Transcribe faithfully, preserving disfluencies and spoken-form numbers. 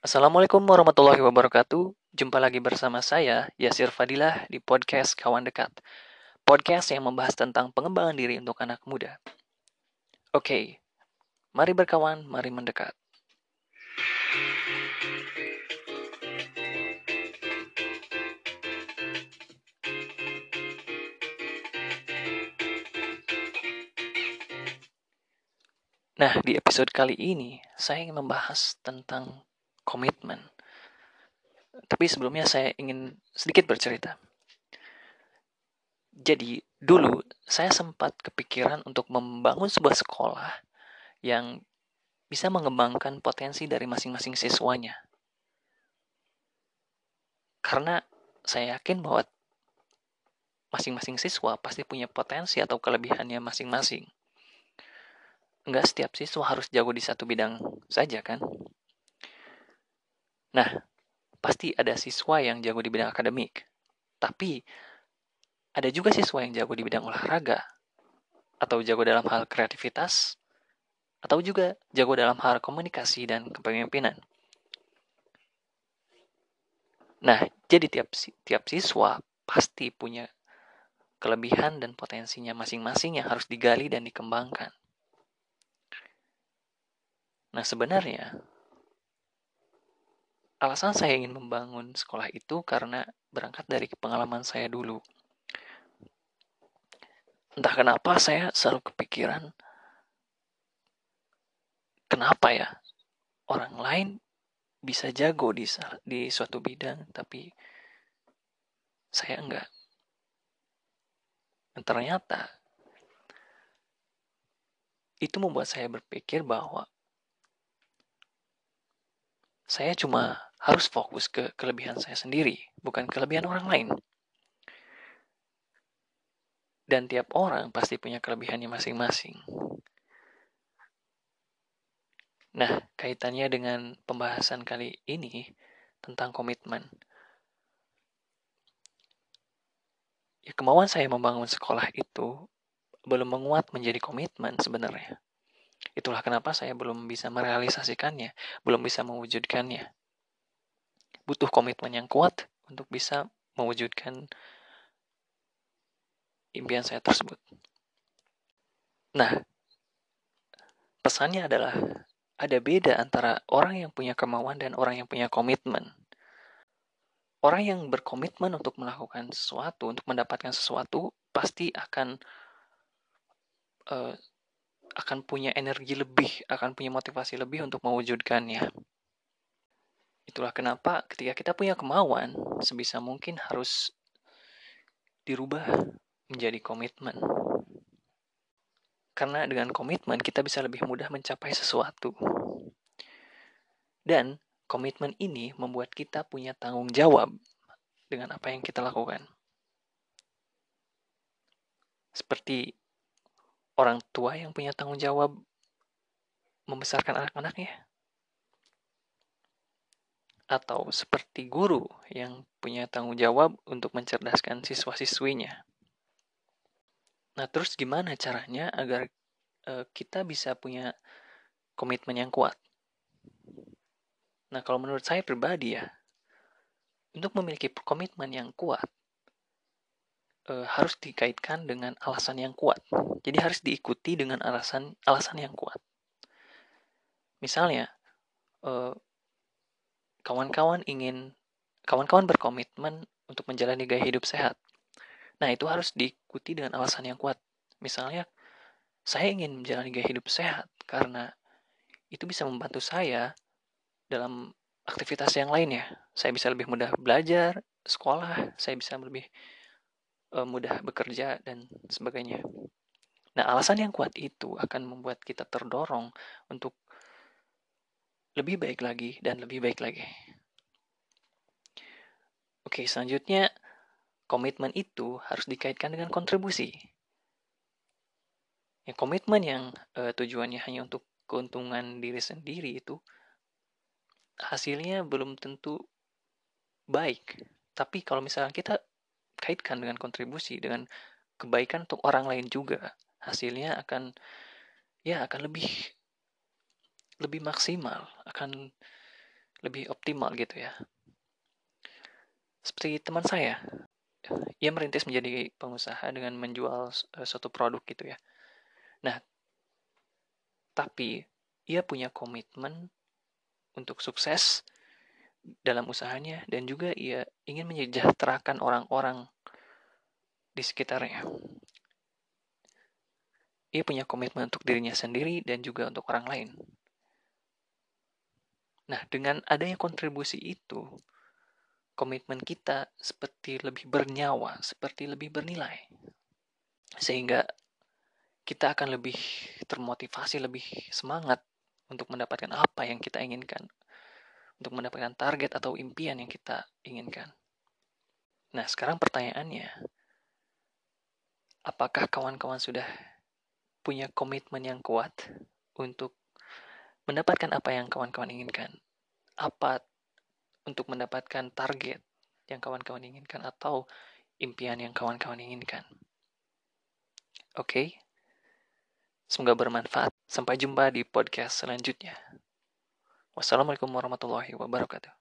Assalamualaikum warahmatullahi wabarakatuh. Jumpa lagi bersama saya, Yasir Fadilah, di podcast Kawan Dekat. Podcast yang membahas tentang pengembangan diri untuk anak muda. Oke, mari berkawan, mari mendekat. Nah, di episode kali ini, saya ingin membahas tentang komitmen. Tapi sebelumnya saya ingin sedikit bercerita. Jadi, dulu saya sempat kepikiran untuk membangun sebuah sekolah yang bisa mengembangkan potensi dari masing-masing siswanya. Karena saya yakin bahwa masing-masing siswa pasti punya potensi atau kelebihannya masing-masing. Enggak setiap siswa harus jago di satu bidang saja kan? Nah, pasti ada siswa yang jago di bidang akademik. Tapi ada juga siswa yang jago di bidang olahraga, atau jago dalam hal kreativitas, atau juga jago dalam hal komunikasi dan kepemimpinan. Nah, jadi tiap tiap siswa pasti punya kelebihan dan potensinya masing-masing yang harus digali dan dikembangkan. Nah, sebenarnya alasan saya ingin membangun sekolah itu karena berangkat dari pengalaman saya dulu. Entah kenapa saya selalu kepikiran, kenapa ya orang lain bisa jago di di suatu bidang, tapi saya enggak. Dan ternyata itu membuat saya berpikir bahwa saya cuma harus fokus ke kelebihan saya sendiri, bukan kelebihan orang lain. Dan tiap orang pasti punya kelebihannya masing-masing. Nah, kaitannya dengan pembahasan kali ini tentang komitmen. Ya, kemauan saya membangun sekolah itu belum menguat menjadi komitmen sebenarnya. Itulah kenapa saya belum bisa merealisasikannya, belum bisa mewujudkannya. Butuh komitmen yang kuat untuk bisa mewujudkan impian saya tersebut. Nah, pesannya adalah ada beda antara orang yang punya kemauan dan orang yang punya komitmen. Orang yang berkomitmen untuk melakukan sesuatu, untuk mendapatkan sesuatu, pasti akan uh, akan punya energi lebih, akan punya motivasi lebih untuk mewujudkannya. Itulah kenapa ketika kita punya kemauan, sebisa mungkin harus dirubah menjadi komitmen. Karena dengan komitmen kita bisa lebih mudah mencapai sesuatu. Dan komitmen ini membuat kita punya tanggung jawab dengan apa yang kita lakukan. Seperti orang tua yang punya tanggung jawab membesarkan anak-anaknya. Atau seperti guru yang punya tanggung jawab untuk mencerdaskan siswa-siswinya. Nah, terus gimana caranya agar uh, kita bisa punya komitmen yang kuat? Nah, kalau menurut saya pribadi ya, untuk memiliki komitmen yang kuat, uh, harus dikaitkan dengan alasan yang kuat. Jadi harus diikuti dengan alasan alasan yang kuat. Misalnya, uh, kawan-kawan ingin, kawan-kawan berkomitmen untuk menjalani gaya hidup sehat. Nah, itu harus diikuti dengan alasan yang kuat. Misalnya, saya ingin menjalani gaya hidup sehat karena itu bisa membantu saya dalam aktivitas yang lainnya. Saya bisa lebih mudah belajar, sekolah, saya bisa lebih uh, mudah bekerja, dan sebagainya. Nah, alasan yang kuat itu akan membuat kita terdorong untuk lebih baik lagi dan lebih baik lagi. Oke, selanjutnya komitmen itu harus dikaitkan dengan kontribusi. Ya, komitmen yang uh, tujuannya hanya untuk keuntungan diri sendiri itu hasilnya belum tentu baik. Tapi kalau misalnya kita kaitkan dengan kontribusi, dengan kebaikan untuk orang lain juga, hasilnya akan ya akan lebih lebih maksimal, akan lebih optimal gitu ya. Seperti teman saya, ia merintis menjadi pengusaha dengan menjual uh, suatu produk gitu ya. Nah, tapi ia punya komitmen untuk sukses dalam usahanya dan juga ia ingin menyejahterakan orang-orang di sekitarnya. Ia punya komitmen untuk dirinya sendiri dan juga untuk orang lain. Nah, dengan adanya kontribusi itu, komitmen kita seperti lebih bernyawa, seperti lebih bernilai. Sehingga kita akan lebih termotivasi, lebih semangat untuk mendapatkan apa yang kita inginkan. Untuk mendapatkan target atau impian yang kita inginkan. Nah, sekarang pertanyaannya, apakah kawan-kawan sudah punya komitmen yang kuat untuk mendapatkan apa yang kawan-kawan inginkan? Apa untuk mendapatkan target yang kawan-kawan inginkan atau impian yang kawan-kawan inginkan? Oke, okay? Semoga bermanfaat. Sampai jumpa di podcast selanjutnya. Wassalamualaikum warahmatullahi wabarakatuh.